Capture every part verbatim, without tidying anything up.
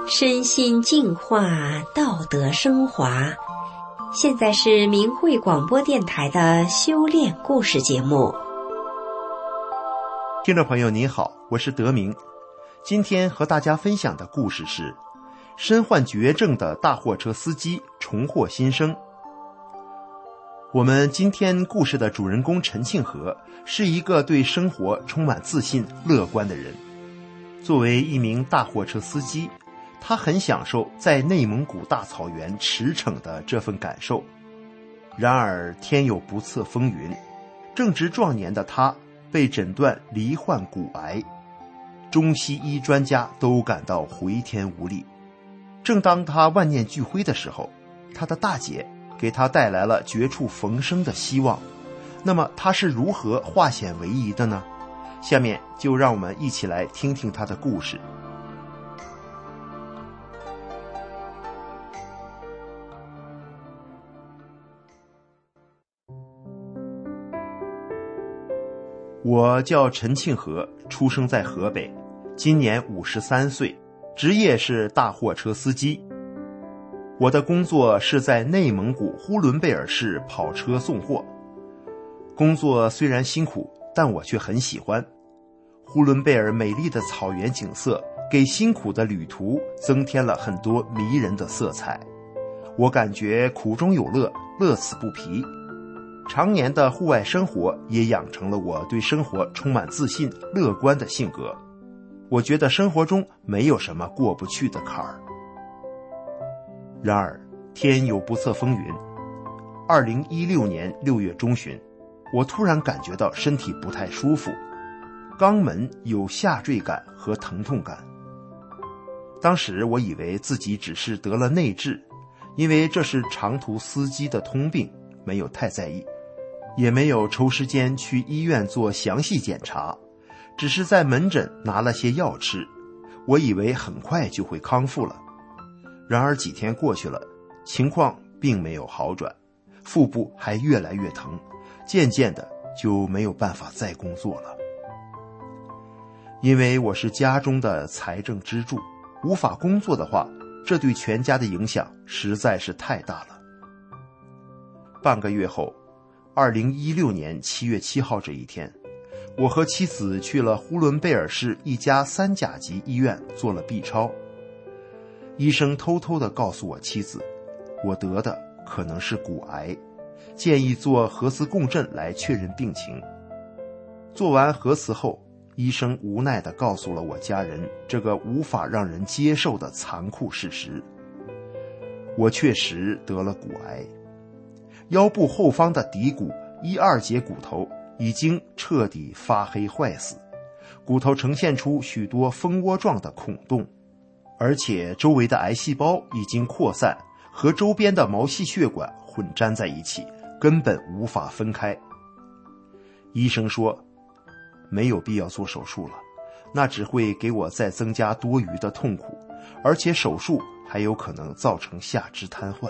身心净化，道德升华。现在是明慧广播电台的修炼故事节目。 听众朋友您好，我是德明。今天和大家分享的故事是身患绝症的大货车司机重获新生。我们今天故事的主人公陈庆和是一个对生活充满自信乐观的人。作为一名大货车司机，他很享受在内蒙古大草原驰骋的这份感受。然而天有不测风云，正值壮年的他被诊断罹患骨癌，中西医专家都感到回天无力。正当他万念俱灰的时候，他的大姐给他带来了绝处逢生的希望。那么他是如何化险为夷的呢？下面就让我们一起来听听他的故事。我叫陈庆和，出生在河北，今年五十三岁，职业是大货车司机。我的工作是在内蒙古呼伦贝尔市跑车送货。工作虽然辛苦，但我却很喜欢。呼伦贝尔美丽的草原景色给辛苦的旅途增添了很多迷人的色彩。我感觉苦中有乐，乐此不疲。常年的户外生活也养成了我对生活充满自信乐观的性格。我觉得生活中没有什么过不去的坎儿。然而天有不测风云，二零一六年六月中旬，我突然感觉到身体不太舒服，肛门有下坠感和疼痛感。当时我以为自己只是得了内痔，因为这是长途司机的通病，没有太在意，也没有抽时间去医院做详细检查，只是在门诊拿了些药吃，我以为很快就会康复了。然而几天过去了，情况并没有好转，腹部还越来越疼，渐渐的就没有办法再工作了。因为我是家中的财政支柱，无法工作的话，这对全家的影响实在是太大了。半个月后，二零一六年七月七号这一天，我和妻子去了呼伦贝尔市一家三甲级医院做了 B 超。医生偷偷地告诉我妻子，我得的可能是骨癌，建议做核磁共振来确认病情。做完核磁后，医生无奈地告诉了我家人这个无法让人接受的残酷事实。我确实得了骨癌，腰部后方的骶骨一二节骨头已经彻底发黑坏死，骨头呈现出许多蜂窝状的孔洞，而且周围的癌细胞已经扩散，和周边的毛细血管混粘在一起，根本无法分开。医生说没有必要做手术了，那只会给我再增加多余的痛苦，而且手术还有可能造成下肢瘫痪。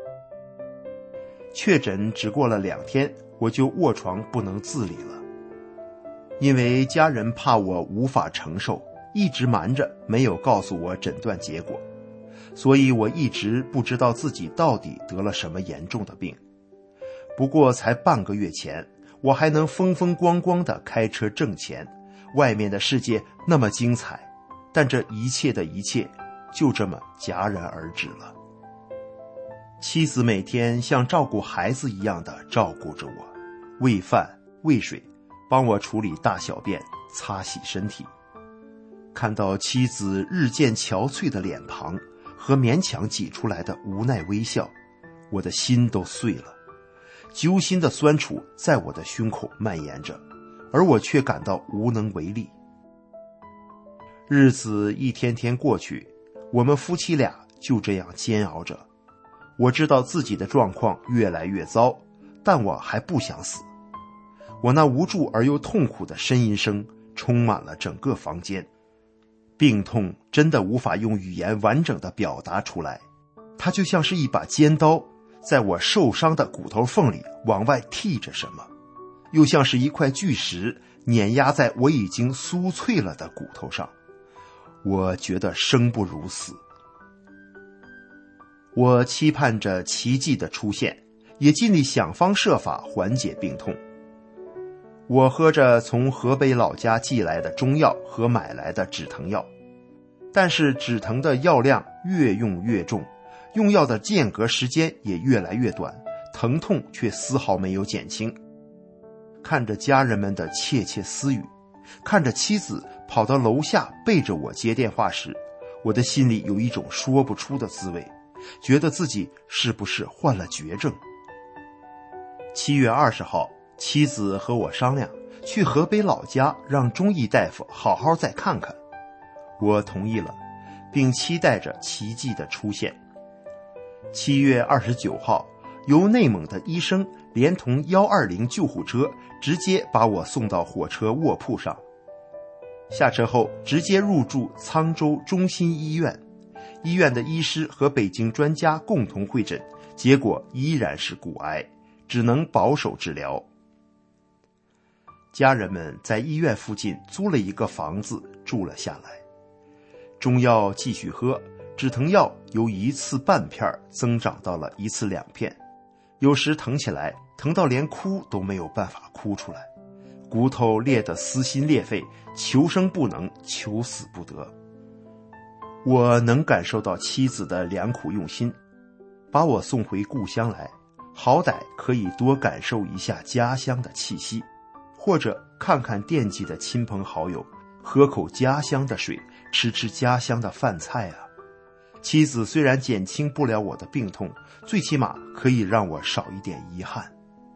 确诊只过了两天，我就卧床不能自理了。因为家人怕我无法承受，一直瞒着没有告诉我诊断结果，所以我一直不知道自己到底得了什么严重的病。不过才半个月前，我还能风风光光地开车挣钱，外面的世界那么精彩，但这一切的一切就这么戛然而止了。妻子每天像照顾孩子一样地照顾着我，喂饭喂水，帮我处理大小便，擦洗身体。看到妻子日渐憔悴的脸庞和勉强挤出来的无奈微笑，我的心都碎了，揪心的酸楚在我的胸口蔓延着，而我却感到无能为力。日子一天天过去，我们夫妻俩就这样煎熬着。我知道自己的状况越来越糟，但我还不想死。我那无助而又痛苦的呻吟声充满了整个房间，病痛真的无法用语言完整的表达出来，它就像是一把尖刀，在我受伤的骨头缝里往外剔着什么，又像是一块巨石碾压在我已经酥脆了的骨头上。我觉得生不如死， 我期盼着奇迹的出现，也尽力想方设法缓解病痛。我喝着从河北老家寄来的中药和买来的止疼药，但是止疼的药量越用越重，用药的间隔时间也越来越短，疼痛却丝毫没有减轻。看着家人们的窃窃私语，看着妻子跑到楼下背着我接电话时，我的心里有一种说不出的滋味，觉得自己是不是患了绝症。七月二十号，妻子和我商量去河北老家让中医大夫好好再看看，我同意了，并期待着奇迹的出现。七月二十九号，由内蒙的医生连同一二零救护车直接把我送到火车卧铺上，下车后直接入住沧州中心医院。医院的医师和北京专家共同会诊，结果依然是骨癌，只能保守治疗。家人们在医院附近租了一个房子住了下来，中药继续喝，止疼药由一次半片增长到了一次两片，有时疼起来，疼到连哭都没有办法哭出来，骨头裂得撕心裂肺，求生不能，求死不得。我能感受到妻子的良苦用心，把我送回故乡来，好歹可以多感受一下家乡的气息，或者看看惦记的亲朋好友，喝口家乡的水，吃吃家乡的饭菜啊。妻子虽然减轻不了我的病痛，最起码可以让我少一点遗憾。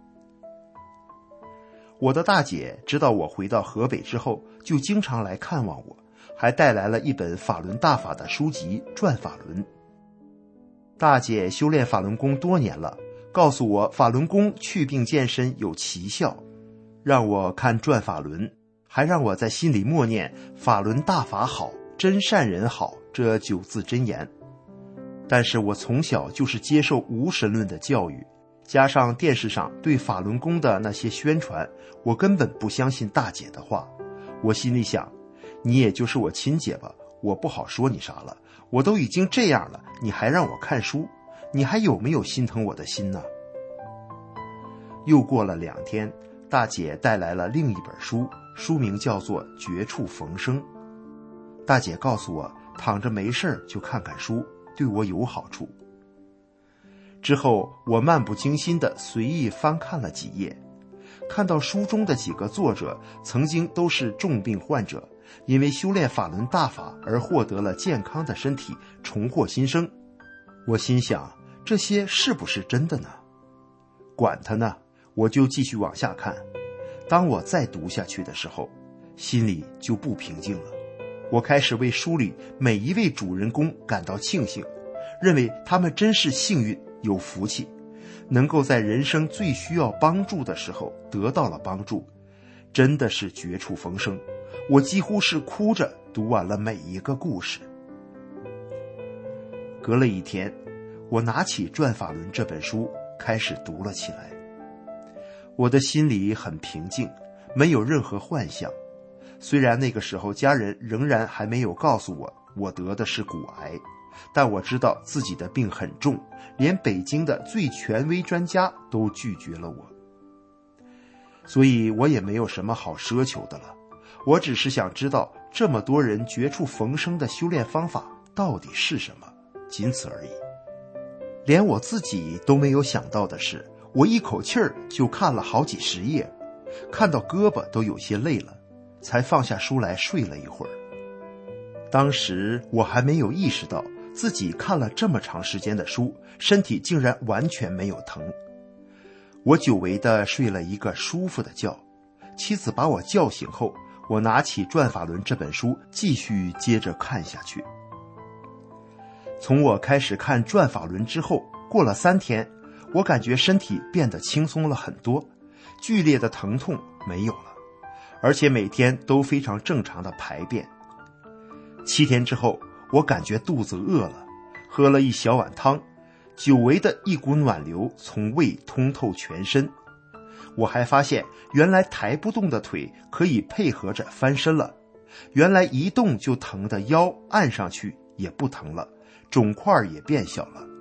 我的大姐知道我回到河北之后，就经常来看望我，还带来了一本法轮大法的书籍《转法轮》。大姐修炼法轮功多年了，告诉我法轮功祛病健身有奇效，让我看转法轮，还让我在心里默念法轮大法好，真善人好这九字真言。但是我从小就是接受无神论的教育，加上电视上对法轮功的那些宣传，我根本不相信大姐的话。我心里想，你也就是我亲姐吧，我不好说你啥了，我都已经这样了，你还让我看书，你还有没有心疼我的心呢？又过了两天，大姐带来了另一本书，书名叫做《绝处逢生》。大姐告诉我，躺着没事就看看书，对我有好处。之后我漫不经心地随意翻看了几页，看到书中的几个作者曾经都是重病患者，因为修炼法轮大法而获得了健康的身体，重获新生。我心想，这些是不是真的呢？管他呢，我就继续往下看。当我再读下去的时候，心里就不平静了。我开始为书里每一位主人公感到庆幸，认为他们真是幸运有福气，能够在人生最需要帮助的时候得到了帮助，真的是绝处逢生。我几乎是哭着读完了每一个故事。隔了一天，我拿起《转法轮》这本书开始读了起来。我的心里很平静，没有任何幻想。虽然那个时候家人仍然还没有告诉我我得的是骨癌，但我知道自己的病很重，连北京的最权威专家都拒绝了我。所以我也没有什么好奢求的了，我只是想知道这么多人绝处逢生的修炼方法到底是什么，仅此而已。连我自己都没有想到的是，我一口气儿就看了好几十页，看到胳膊都有些累了，才放下书来睡了一会儿。当时我还没有意识到自己看了这么长时间的书，身体竟然完全没有疼。我久违地睡了一个舒服的觉，妻子把我叫醒后，我拿起《转法轮》这本书继续接着看下去。从我开始看《转法轮》之后，过了三天，我感觉身体变得轻松了很多，剧烈的疼痛没有了，而且每天都非常正常的排便。七天之后，我感觉肚子饿了，喝了一小碗汤，久违的一股暖流从胃通透全身。我还发现原来抬不动的腿可以配合着翻身了，原来一动就疼的腰按上去也不疼了，肿块也变小了。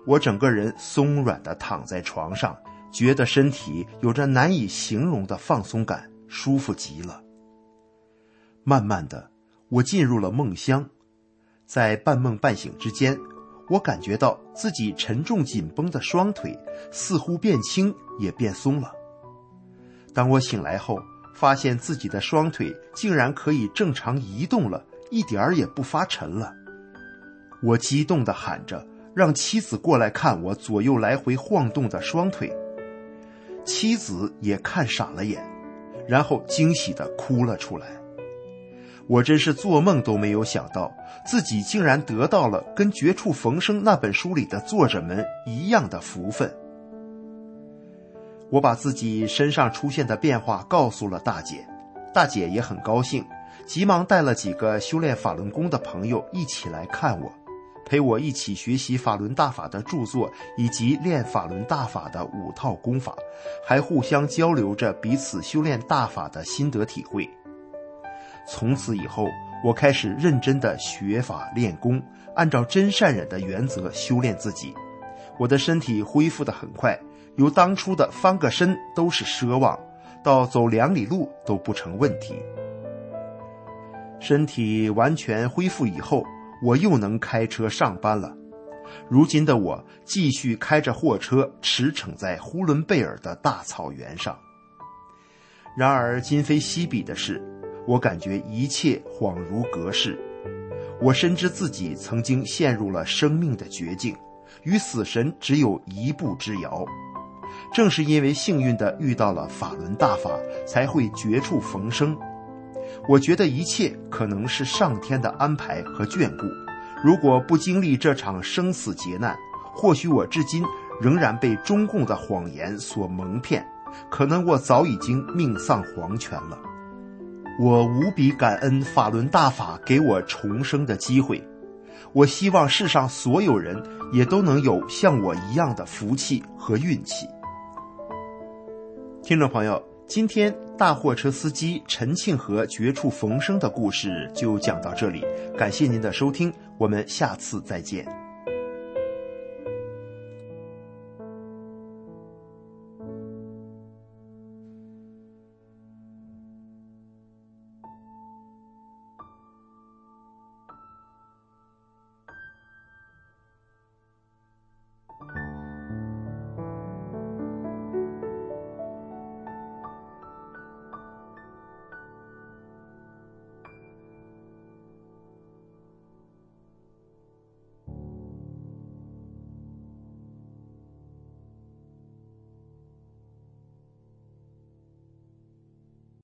我整个人松软地躺在床上，觉得身体有着难以形容的放松感，舒服极了。慢慢的，我进入了梦乡，在半梦半醒之间，我感觉到自己沉重紧绷的双腿似乎变轻也变松了。当我醒来后，发现自己的双腿竟然可以正常移动了，一点儿也不发沉了。我激动地喊着，让妻子过来看我左右来回晃动的双腿。妻子也看傻了眼，然后惊喜地哭了出来。我真是做梦都没有想到，自己竟然得到了跟《绝处逢生》那本书里的作者们一样的福分。我把自己身上出现的变化告诉了大姐，大姐也很高兴，急忙带了几个修炼法轮功的朋友一起来看我，陪我一起学习法轮大法的著作以及练法轮大法的五套功法，还互相交流着彼此修炼大法的心得体会。从此以后，我开始认真的学法练功，按照真善忍的原则修炼自己。我的身体恢复得很快，由当初的翻个身都是奢望，到走两里路都不成问题。身体完全恢复以后，我又能开车上班了。如今的我继续开着货车驰骋在呼伦贝尔的大草原上。然而今非昔比的是，我感觉一切恍如隔世。我深知自己曾经陷入了生命的绝境，与死神只有一步之遥。正是因为幸运地遇到了法轮大法，才会绝处逢生。我觉得一切可能是上天的安排和眷顾，如果不经历这场生死劫难，或许我至今仍然被中共的谎言所蒙骗，可能我早已经命丧黄泉了。我无比感恩法轮大法给我重生的机会，我希望世上所有人也都能有像我一样的福气和运气。听众朋友，今天大货车司机陈庆和绝处逢生的故事就讲到这里，感谢您的收听，我们下次再见。